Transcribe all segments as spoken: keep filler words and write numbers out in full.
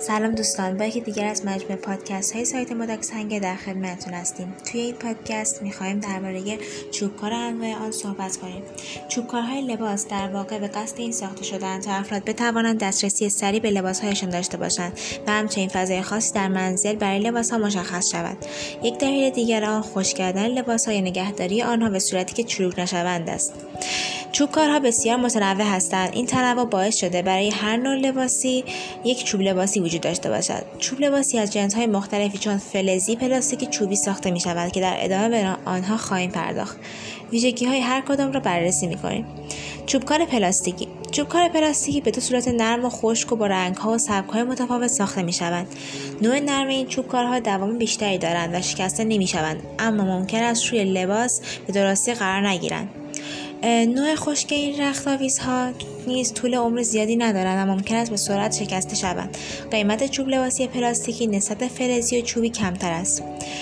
سلام دوستان، با یکی دیگر از مجموعه پادکست های سایت مداکسنگ در خدمتتون هستیم. توی این پادکست میخوایم درباره چوبکار و انواع آن صحبت کنیم. چوبکارهای لباس در واقع به قصد این ساخته شدند تا افراد بتوانند دسترسی سریع به لباسهایشان داشته باشند و همچنین فضای خاصی در منزل برای لباسها مشخص شود. یک دلیل دیگر آن خشک کردن لباسها یا نگهداری آنها به صورتی که چروک نشوند است. چوبکارها بسیار متنوع هستند. این تنوع باعث شده برای هر نوع لباسی یک چوب لباسی وجود داشته باشد. چوب لباسی از جنس‌های مختلفی چون فلزی، پلاستیکی، چوبی ساخته می شود که در ادامه به آنها خواهیم پرداخت. ویژگی‌های هر کدام را بررسی می‌کنیم. چوبکار پلاستیکی. چوبکار پلاستیکی به دو صورت نرم و خشک و با رنگ‌ها و سبک‌های متفاوت ساخته می‌شوند. نوع نرم این چوبکارها دوام بیشتری دارند و شکسته نمی‌شوند، اما ممکن است روی لباس به درستی قرار نگیرند. نوع خشک این رخت‌آویزها نیز طول عمر زیادی ندارند و ممکن است به سرعت شکسته شوند. قیمت چوب لباسی پلاستیکی نسبت فلزی و چوبی کمتر است.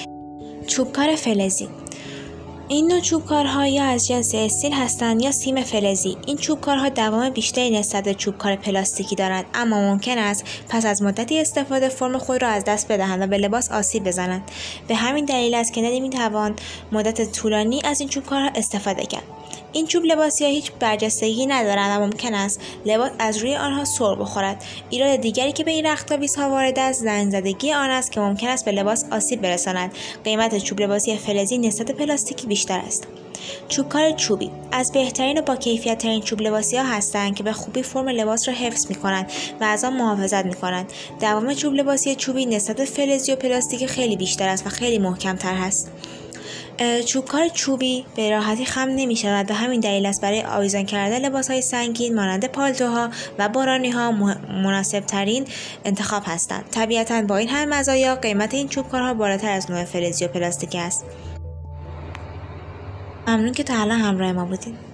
چوبکار فلزی. این نوع چوبکارها یا از جنس استیل هستند یا سیم فلزی. این چوبکارها دوام بیشتری نسبت به چوبکار پلاستیکی دارند، اما ممکن است پس از مدتی استفاده فرم خود را از دست بدهند و به لباس آسیب بزنند. به همین دلیل است که نمی‌توان مدت طولانی از این چوبکارها استفاده کرد. این چوب لباسی ها هیچ برجستگی ندارند و ممکن است لباس از روی آنها سر بخورد. ایراد دیگری که به این رخت‌آویزها وارد است زنگ زدگی آن است که ممکن است به لباس آسیب برساند. قیمت چوب لباسی فلزی نسبت پلاستیکی بیشتر است. چوبکار چوبی از بهترین و با کیفیت ترین چوب لباسی ها هستند که به خوبی فرم لباس را حفظ می کنند و از آن محافظت می کنند. دوام چوب لباسی چوبی نسبت فلزی و پلاستیکی خیلی بیشتر است و خیلی محکم تر است. چوبکار چوبی به راحتی خم نمی شود و همین دلیل است برای آویزان کردن لباس‌های سنگین مانند پالتوها و بارانی‌ها مناسب ترین انتخاب هستند. طبیعتاً با این همه مزایا قیمت این چوبکارها بالاتر از نوع فلزی و پلاستیکی است. ممنون که تا الان همراه ما بودید.